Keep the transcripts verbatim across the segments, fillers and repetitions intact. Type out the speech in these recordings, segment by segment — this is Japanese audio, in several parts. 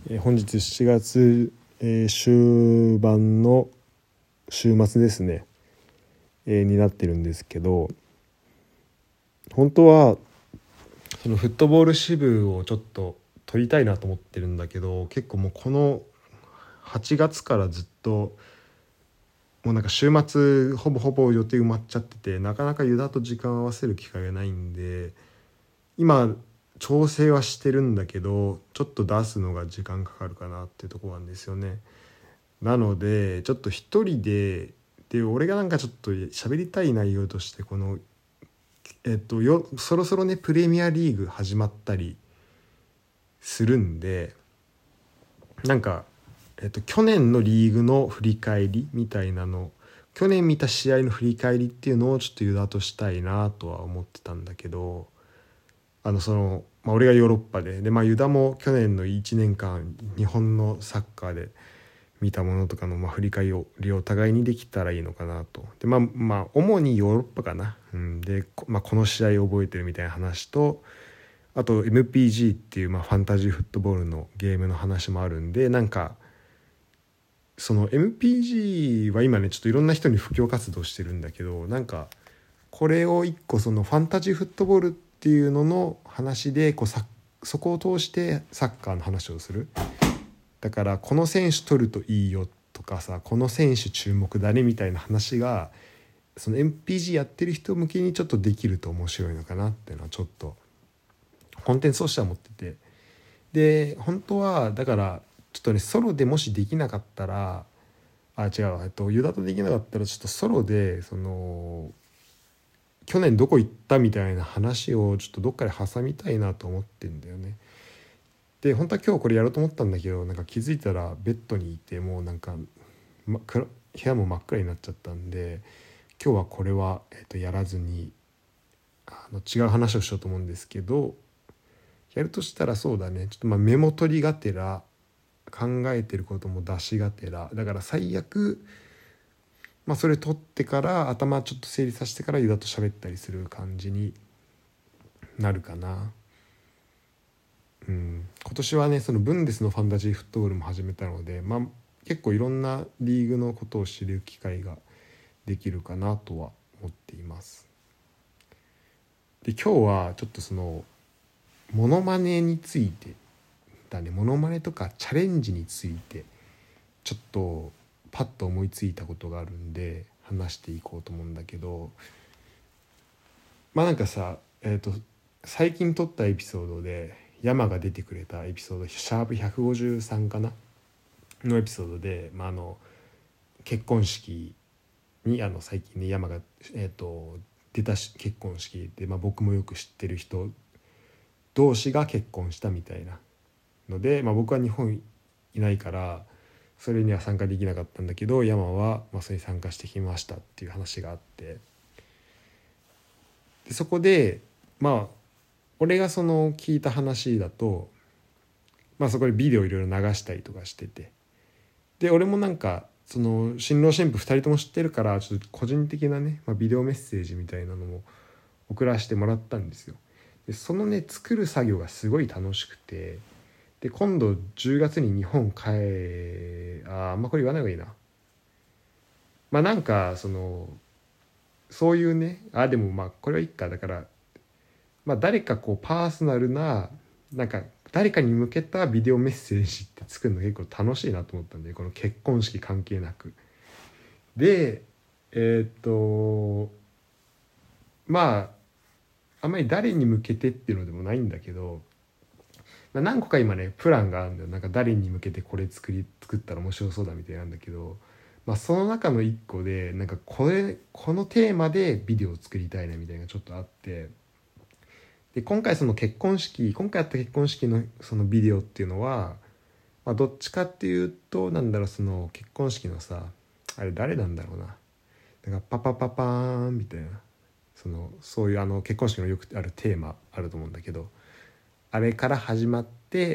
えー、本日しちがつ、えー、終盤の週末ですね、えー、になってるんですけど、本当はそのフットボール支部をちょっと取りたいなと思ってるんだけど、結構もうこのはちがつからずっともうなんか週末ほぼほぼ予定埋まっちゃってて、なかなかユダと時間を合わせる機会がないんで、今調整はしてるんだけど、ちょっと出すのが時間かかるかなっていうところなんですよね。なのでちょっと一人でで俺がなんかちょっと喋りたい内容として、このえっとよそろそろねプレミアリーグ始まったりするんで、なんか、えっと、去年のリーグの振り返りみたいなの、去年見た試合の振り返りっていうのをちょっとユダとしたいなとは思ってたんだけど、あのその、まあ、俺がヨーロッパでで、まあ、ユダも去年のいちねんかん日本のサッカーで見たものとかの、まあ、振り返りを互いにできたらいいのかなと。でまあまあ主にヨーロッパかな、うん、で、まあ、この試合を覚えてるみたいな話と、あと エムピージー っていう、まあ、ファンタジーフットボールのゲームの話もあるんで、なんかその エムピージー は今ねちょっといろんな人に布教活動してるんだけど、なんかこれを一個そのファンタジーフットボールっていうのの話でこうさそこを通してサッカーの話をする。だからこの選手取るといいよとかさ、この選手注目だねみたいな話がその エムピージー やってる人向けにちょっとできると面白いのかなっていうのはちょっとコンテンツとしては思ってて、で本当はだからちょっとねソロでもしできなかったら、あ違うえっとユダとできなかったらちょっとソロでその去年どこ行ったみたいな話をちょっとどっかで挟みたいなと思ってんだよね。で本当は今日これやろうと思ったんだけど、なんか気づいたらベッドにいて、もうなんか、ま、部屋も真っ暗になっちゃったんで、今日はこれは、えっと、やらずにあの違う話をしようと思うんですけど、やるとしたらそうだね、ちょっとまあメモ取りがてら考えてることも出しがてら、だから最悪まあそれ取ってから頭ちょっと整理させてからユダと喋ったりする感じになるかな。うん、今年はねそのブンデスのファンタジーフットボールも始めたので、まあ、結構いろんなリーグのことを知る機会ができるかなとは思っています。で今日はちょっとそのモノマネについてだね、モノマネとかチャレンジについてちょっとパッと思いついたことがあるんで話していこうと思うんだけど、まあなんかさ、えーと最近撮ったエピソードで山が出てくれたエピソードシャープひゃくごじゅうさんかなのエピソードで、まあ、あの結婚式にあの最近ね山が、えー、と出たし結婚式で、まあ、僕もよく知ってる人同士が結婚したみたいなので、まあ、僕は日本いないからそれには参加できなかったんだけど、山はまあそれに参加してきましたっていう話があって、でそこでまあ俺がその聞いた話だと、まあそこでビデオいろいろ流したりとかしてて、で俺もなんかその新郎新婦ふたりとも知ってるからちょっと個人的なね、まあ、ビデオメッセージみたいなのも送らせてもらったんですよ。でそのね作る作業がすごい楽しくて、で今度じゅうがつに日本帰ああんまこれ言わない方がいいな。まあなんかそのそういうね、あでもまあこれはいいか、だからまあ誰かこうパーソナルななんか誰かに向けたビデオメッセージって作るの結構楽しいなと思ったんで、この結婚式関係なく。でえーっとまああんまり誰に向けてっていうのでもないんだけど、まあ、何個か今ねプランがあるんだよ。なんか誰に向けてこれ作り作ったら面白そうだみたいなんだけど、まあ、その中の一個でなんかこれこのテーマでビデオを作りたいなみたいなのがちょっとあって、で今回その結婚式今回やった結婚式のそのビデオっていうのは、まあ、どっちかっていうとなんだろう、その結婚式のさあれ誰なんだろうな、なんかパパパパーンみたいな、そのそういうあの結婚式のよくあるテーマあると思うんだけど、あれから始まって、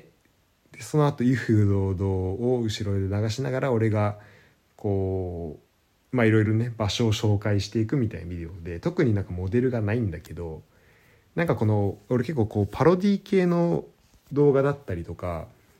でその後威風堂々を後ろで流しながら俺がこうまあいろいろね場所を紹介していくみたいなビデオで、特になんかモデルがないんだけど、なんかこの俺結構こうパロディ系の動画だったりとか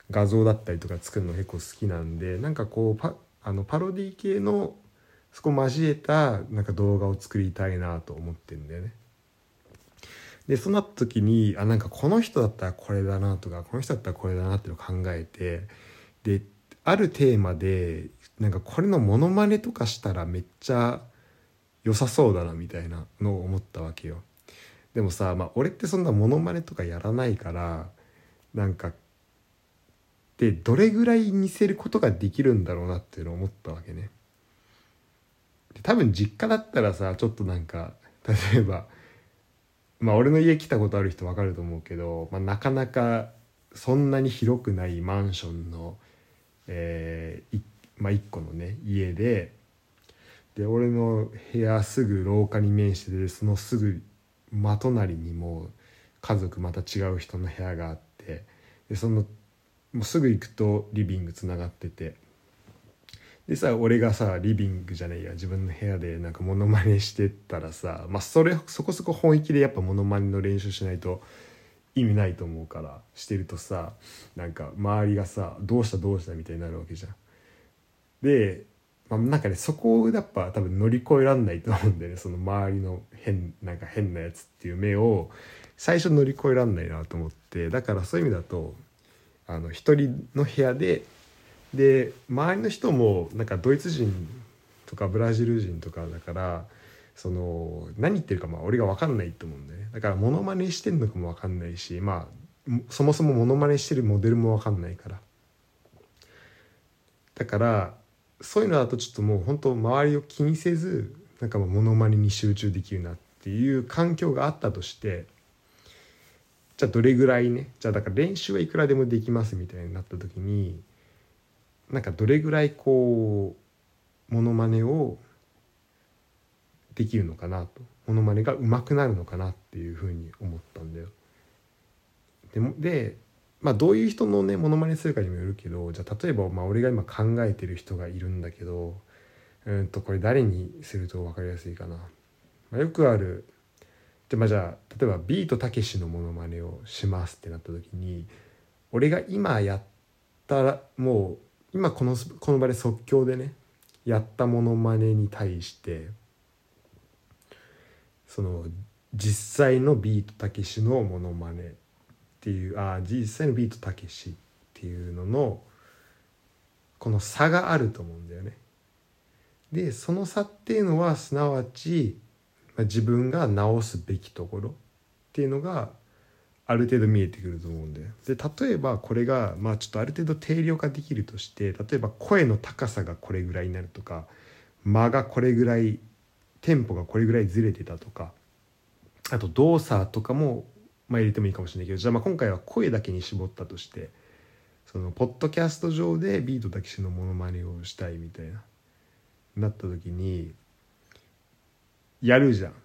画像だったりとか作るの結構好きなんで、なんかこうパあのパロディ系のそこ交えたなんか動画を作りたいなと思ってるんだよね。でそうなった時にあなんかこの人だったらこれだなとかこの人だったらこれだなっていうのを考えて、であるテーマでなんかこれのモノマネとかしたらめっちゃ良さそうだなみたいなのを思ったわけよ。でもさ、まあ、俺ってそんなモノマネとかやらないからなんかでどれぐらい似せることができるんだろうなっていうのを思ったわけね。で多分実家だったらさちょっとなんか例えばまあ俺の家来たことある人分かると思うけど、まあ、なかなかそんなに広くないマンションの、えーいまあ、一個のね家でで俺の部屋すぐ廊下に面しててそのすぐ真隣にも家族また違う人の部屋があってでそのもうすぐ行くとリビングつながっててでさ俺がさリビングじゃないや自分の部屋でなんかモノマネしてたらさまあそれそこそこ本気でやっぱモノマネの練習しないと意味ないと思うからしてるとさなんか周りがさどうしたどうしたみたいになるわけじゃん。で、まあ、なんかねそこをやっぱ多分乗り越えらんないと思うんだよね。その周りの変なんか変なやつっていう目を最初乗り越えらんないなと思って、だからそういう意味だとあの一人の部屋でで周りの人もなんかドイツ人とかブラジル人とかだからその何言ってるかまあ俺が分かんないと思うんだよね。だからモノマネしてんのかも分かんないし、まあそもそもモノマネしてるモデルも分かんないから、だからそういうのだとちょっともう本当周りを気にせずなんかもうモノマネに集中できるなっていう環境があったとして、じゃあどれぐらいねじゃあだから練習はいくらでもできますみたいになった時になんかどれぐらいこうモノマネをできるのかなと、モノマネが上手くなるのかなっていうふうに思ったんだよ。でもでまあどういう人のねモノマネするかにもよるけど、じゃあ例えばまあ俺が今考えてる人がいるんだけど、うんとこれ誰にすると分かりやすいかな。まあ、よくあるで、まあ、じゃあ例えばビートたけしのモノマネをしますってなった時に俺が今やったらもう今このこの場で即興でねやったモノマネに対してその実際のビートたけしのモノマネっていうあ実際のビートたけしっていうののこの差があると思うんだよね。でその差っていうのはすなわち、まあ、自分が直すべきところっていうのがある程度見えてくると思うんだよ。で例えばこれがまあちょっとある程度定量化できるとして、例えば声の高さがこれぐらいになるとか間がこれぐらいテンポがこれぐらいずれてたとか、あと動作とかもまあ入れてもいいかもしれないけど、じゃあまあ今回は声だけに絞ったとして、そのポッドキャスト上でビートたけしのモノマネをしたいみたいななった時にやるじゃん。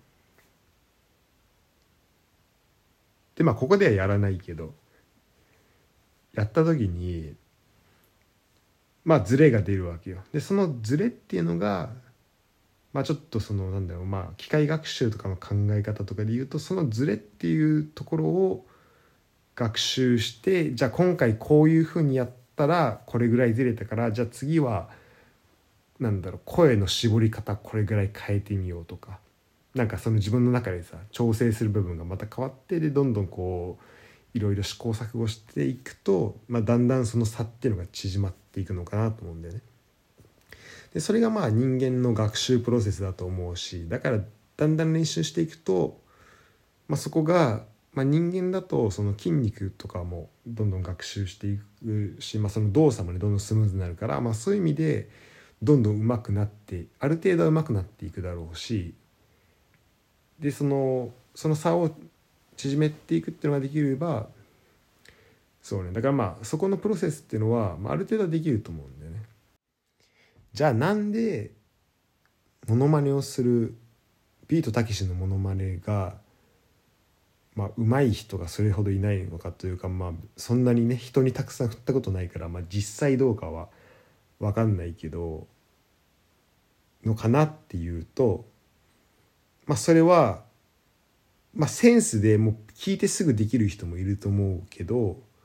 でまあここではやらないけどやった時にまあズレが出るわけよ。でそのズレっていうのがまあちょっとそのなんだろうまあ機械学習とかの考え方とかで言うとそのズレっていうところを学習して、じゃあ今回こういうふうにやったらこれぐらいずれたからじゃあ次はなんだろう声の絞り方これぐらい変えてみようとか、なんかその自分の中でさ調整する部分がまた変わってでどんどんこういろいろ試行錯誤していくと、まあ、だんだんその差っていうのが縮まっていくのかなと思うんだよね。でそれがまあ人間の学習プロセスだと思うし、だからだんだん練習していくと、まあ、そこが、まあ、人間だとその筋肉とかもどんどん学習していくし、まあ、その動作もねどんどんスムーズになるから、まあ、そういう意味でどんどん上手くなってある程度は上手くなっていくだろうし、でそのその差を縮めていくっていうのができればそうねだからまあそこのプロセスっていうのは、まあ、ある程度はできると思うんだよね。じゃあなんでモノマネをするビートたけしのモノマネがまあ上手い人がそれほどいないのかというか、まあそんなにね人にたくさん振ったことないから、まあ、実際どうかは分かんないけどのかなっていうと、まあそれはまあセンスでもう聞いてすぐできる人もいると思うけど、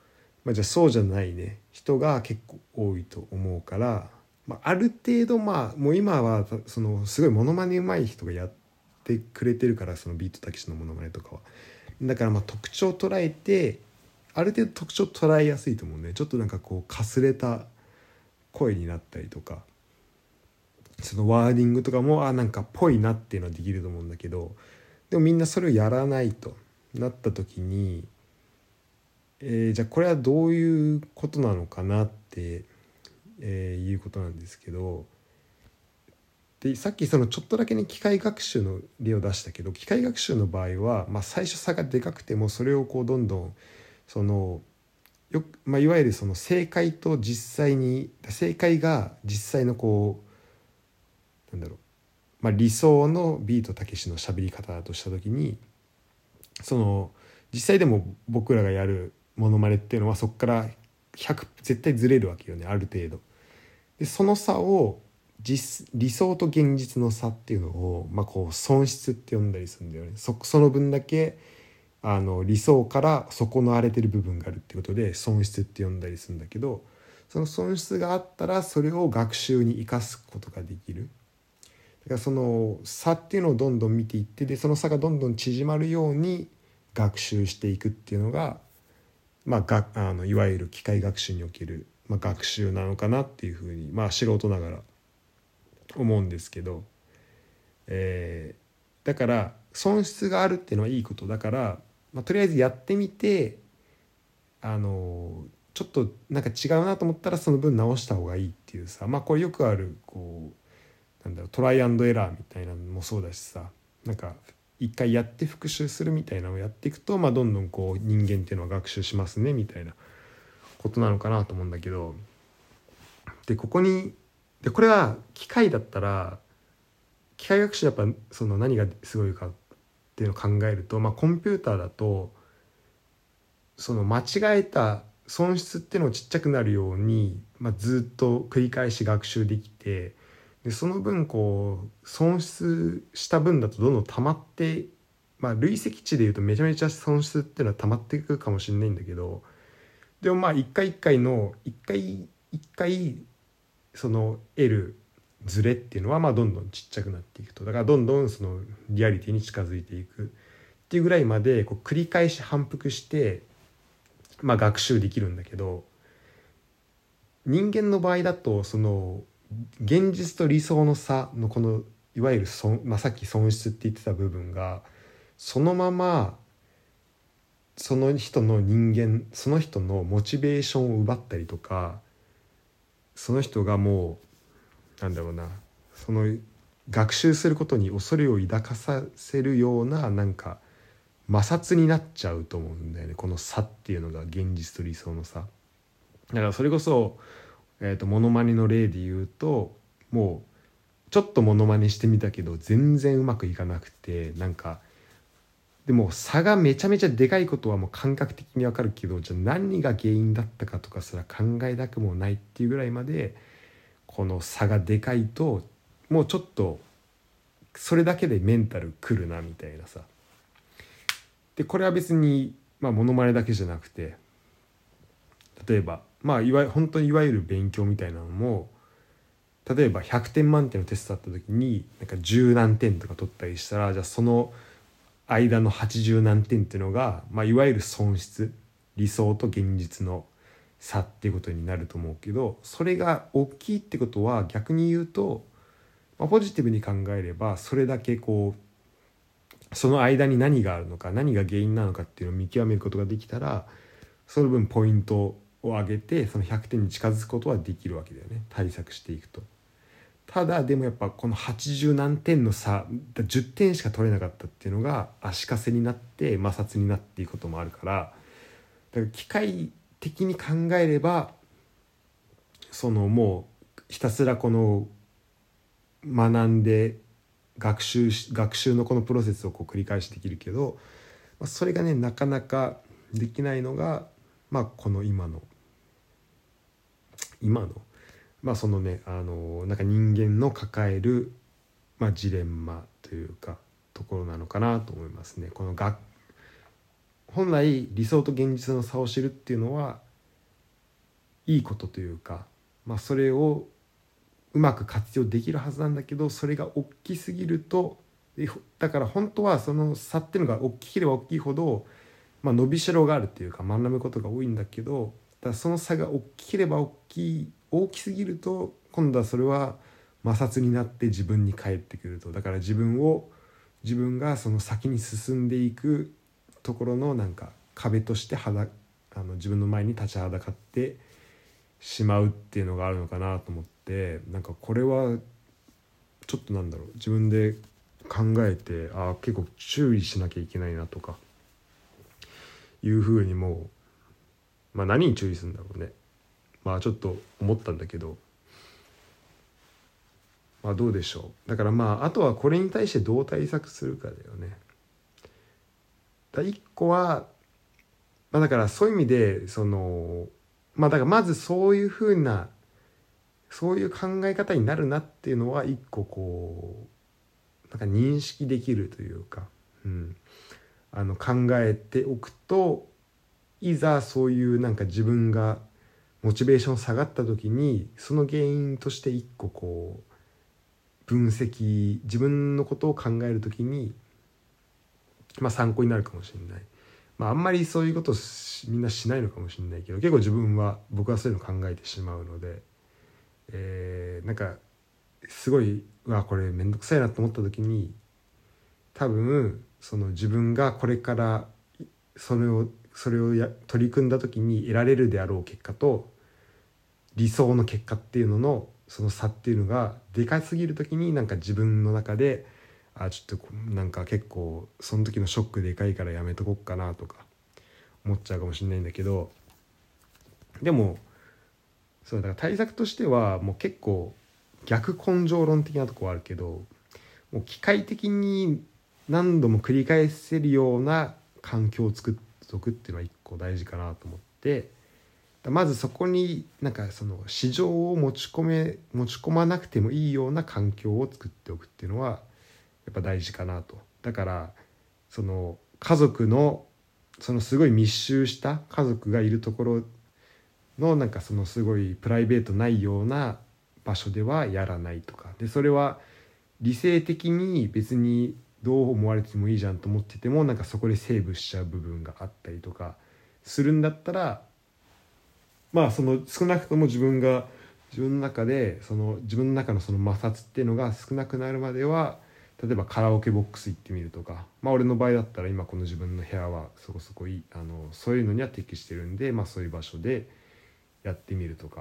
まあ、じゃあそうじゃないね人が結構多いと思うから、まあ、ある程度まあもう今はそのすごいモノマネ上手い人がやってくれてるから、そのビートたけしのモノマネとかはだからまあ特徴を捉えてある程度特徴を捉えやすいと思うんで、ちょっとなんかこうかすれた声になったりとか、そのワーディングとかもあなんかぽいなっていうのはできると思うんだけど、でもみんなそれをやらないとなった時に、えー、じゃあこれはどういうことなのかなって、えー、いうことなんですけど、でさっきそのちょっとだけね機械学習の例を出したけど、機械学習の場合は、まあ、最初差がでかくてもそれをこうどんどんそのよ、まあ、いわゆるその正解と実際に正解が実際のこうなんだろう、まあ、理想のビートたけしの喋り方だとした時に、その実際でも僕らがやるモノマネっていうのはそこからひゃく絶対ずれるわけよね、ある程度。でその差を実理想と現実の差っていうのを、まあ、こう損失って呼んだりするんだよね。そその分だけあの理想から損なわれてる部分があるってことで損失って呼んだりするんだけど、その損失があったらそれを学習に生かすことができる。だからその差っていうのをどんどん見ていって、でその差がどんどん縮まるように学習していくっていうのが、まあ、があのいわゆる機械学習における、まあ、学習なのかなっていうふうに、まあ、素人ながら思うんですけど、えー、だから損失があるっていうのはいいことだから、まあ、とりあえずやってみて、あのちょっとなんか違うなと思ったらその分直した方がいいっていうさ、まあこれよくあるこうなんだろうトライアンドエラーみたいなのもそうだしさ、なんか一回やって復習するみたいなのをやっていくと、まあ、どんどんこう人間っていうのは学習しますねみたいなことなのかなと思うんだけど、でここにでこれは機械だったら機械学習やっぱその何がすごいかっていうのを考えると、まあ、コンピューターだとその間違えた損失っていうのをちっちゃくなるように、まあ、ずっと繰り返し学習できて、でその分こう損失した分だとどんどん溜まって、まあ、累積値でいうとめちゃめちゃ損失っていうのは溜まっていくかもしれないんだけど、でもまあ一回一回の一回一回その得るズレっていうのはまあどんどんちっちゃくなっていくと、だからどんどんそのリアリティに近づいていくっていうぐらいまでこう繰り返し反復してまあ学習できるんだけど、人間の場合だとその現実と理想の差のこのいわゆる損、まあ、さっき損失って言ってた部分がそのままその人の人間その人のモチベーションを奪ったりとか、その人がもうなんだろうな、その学習することに恐れを抱かさせるようななんか摩擦になっちゃうと思うんだよね、この差っていうのが現実と理想の差だからそれこそ、えーと、モノマネの例で言うと、もうちょっとモノマネしてみたけど全然うまくいかなくて、なんかでも差がめちゃめちゃでかいことはもう感覚的にわかるけど、じゃあ何が原因だったかとかすら考えたくもないっていうぐらいまでこの差がでかいと、もうちょっとそれだけでメンタルくるなみたいなさ。でこれは別にまあモノマネだけじゃなくて、例えばまあいわ本当にいわゆる勉強みたいなのも、例えばひゃくてん満点のテストだった時になんか十何点とか取ったりしたら、じゃあその間のはちじゅう何点っていうのが、まあ、いわゆる損失、理想と現実の差っていうことになると思うけど、それが大きいってことは逆に言うと、まあ、ポジティブに考えればそれだけこうその間に何があるのか何が原因なのかっていうのを見極めることができたら、その分ポイントを上げてそのひゃくてんに近づくことはできるわけだよね、対策していくと。ただでもやっぱこのはちじゅう何点の差じゅってんしか取れなかったっていうのが足かせになって摩擦になっていくこともあるから、だから機械的に考えればそのもうひたすらこの学んで学習し学習のこのプロセスをこう繰り返しできるけど、それがねなかなかできないのが、まあ、この今の今のまあそのねあのなんか人間の抱える、まあ、ジレンマというかところなのかなと思いますね。この学本来理想と現実の差を知るっていうのはいいことというか、まあ、それをうまく活用できるはずなんだけど、それが大きすぎると、だから本当はその差っていうのが大きければ大きいほど、まあ、伸びしろがあるっていうか学ぶことが多いんだけど、だからその差が大きければ大きい大きすぎると今度はそれは摩擦になって自分に返ってくると。だから自分を自分がその先に進んでいくところのなんか壁としてはだあの自分の前に立ちはだかってしまうっていうのがあるのかなと思って、なんかこれはちょっとなんだろう、自分で考えて、あ結構注意しなきゃいけないなとかいうふうにもう、まあ、何に注意するんだろうね、まあちょっと思ったんだけど、まあどうでしょう。だからまああとはこれに対してどう対策するかだよね。だ一個は、まあ、だからそういう意味でそのまあだからまずそういうふうなそういう考え方になるなっていうのは一個こうなんか認識できるというか、うん、あの考えておくと、いざそういうなんか自分がモチベーション下がった時にその原因として一個こう分析、自分のことを考える時にまあ参考になるかもしれない。まああんまりそういうことみんなしないのかもしれないけど、結構自分は僕はそういうの考えてしまうので、えー、なんかすごいうわこれめんどくさいなと思った時に、多分その自分がこれからそれをそれをや取り組んだ時に得られるであろう結果と理想の結果っていうののその差っていうのがでかすぎる時に、なんか自分の中であちょっとなんか結構その時のショックでかいからやめとこっかなとか思っちゃうかもしれないんだけど、でもそうだから対策としてはもう結構逆根性論的なとこはあるけど、もう機械的に何度も繰り返せるような環境を作っておくっていうのは一個大事かなと思って、まずそこになんかその市場を持ち込め持ち込まなくてもいいような環境を作っておくっていうのはやっぱ大事かなと。だからその家族のそのすごい密集した家族がいるところのなんかそのすごいプライベートないような場所ではやらないとかで、それは理性的に別にどう思われてもいいじゃんと思っててもなんかそこでセーブしちゃう部分があったりとかするんだったら、まあその少なくとも自分が自分の中でその自分の中のその摩擦っていうのが少なくなるまでは、例えばカラオケボックス行ってみるとか、まあ俺の場合だったら今この自分の部屋はそこそこいい、あのそういうのには適してるんで、まあそういう場所でやってみるとか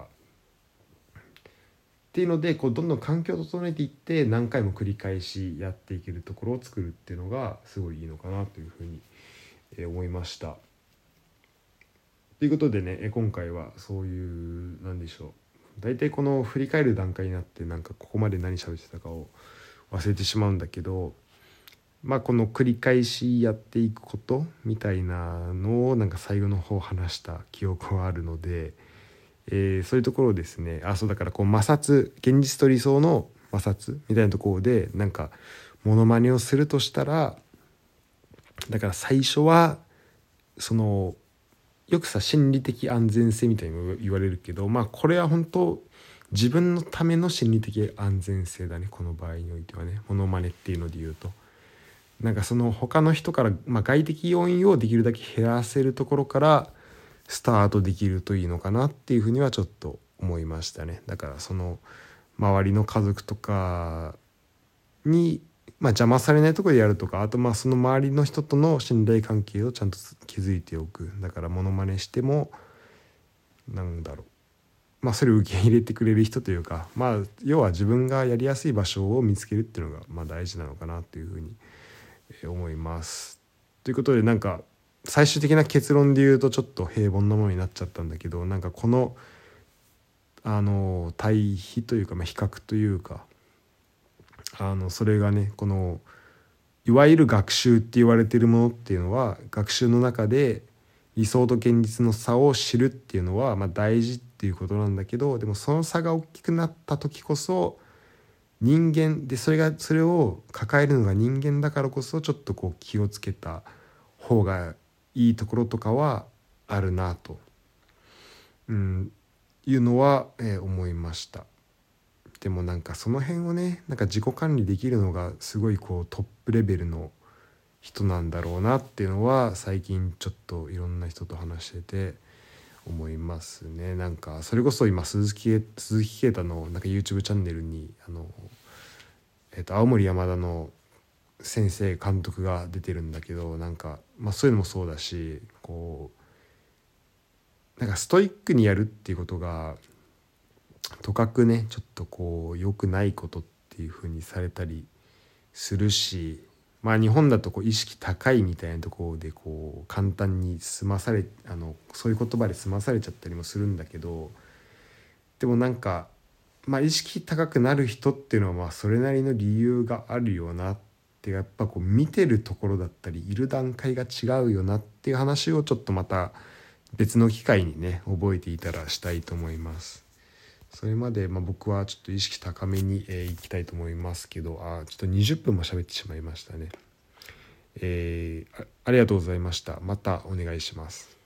っていうので、こうどんどん環境を整えていって何回も繰り返しやっていけるところを作るっていうのがすごいいいのかなというふうに思いました。ということでね、今回はそういうなんでしょう、大体この振り返る段階になってなんかここまで何喋ってたかを忘れてしまうんだけど、まあこの繰り返しやっていくことみたいなのをなんか最後の方話した記憶はあるので、えー、そういうところですね。あ、そうだからこう摩擦、現実と理想の摩擦みたいなところでなんかモノマネをするとしたら、だから最初はそのよくさ心理的安全性みたいに言われるけど、まあこれは本当自分のための心理的安全性だね、この場合においてはね。モノマネっていうので言うと、なんかその他の人から、まあ、外的要因をできるだけ減らせるところからスタートできるといいのかなっていうふうにはちょっと思いましたね。だからその周りの家族とかに、まあ、邪魔されないところでやるとか、あとまあその周りの人との信頼関係をちゃんと築いておく。だからモノマネしてもなんだろう、まあそれを受け入れてくれる人というか、まあ要は自分がやりやすい場所を見つけるっていうのがまあ大事なのかなっていうふうに思います。ということで、なんか最終的な結論で言うとちょっと平凡なものになっちゃったんだけど、なんかこのあの対比というか、まあ、比較というか、あのそれがね、このいわゆる学習って言われているものっていうのは、学習の中で理想と現実の差を知るっていうのはまあ大事っていうことなんだけど、でもその差が大きくなった時こそ人間で、それがそれを抱えるのが人間だからこそちょっとこう気をつけた方がいいところとかはあるなと。うん、 いうのは、えー思いました。でもなんかその辺をねなんか自己管理できるのがすごいこうトップレベルの人なんだろうなっていうのは最近ちょっといろんな人と話してて思いますね。なんかそれこそ今鈴木鈴木啓太のなんか YouTube チャンネルにあの、えー、と青森山田の先生監督が出てるんだけどなんか、まあ、そういうのもそうだしこうなんかストイックにやるっていうことがとかくねちょっとこう良くないことっていう風にされたりするし、まあ日本だとこう意識高いみたいなところでこう簡単に済まされあのそういう言葉で済まされちゃったりもするんだけど、でもなんかまあ意識高くなる人っていうのはまあそれなりの理由があるよなってやっぱこう見てるところだったりいる段階が違うよなっていう話をちょっとまた別の機会にね覚えていたらしたいと思います。それまで、まあ、僕はちょっと意識高めに、えー、いきたいと思いますけど、あちょっとにじゅっぷんも喋ってしまいましたね。えーあ、ありがとうございました。またお願いします。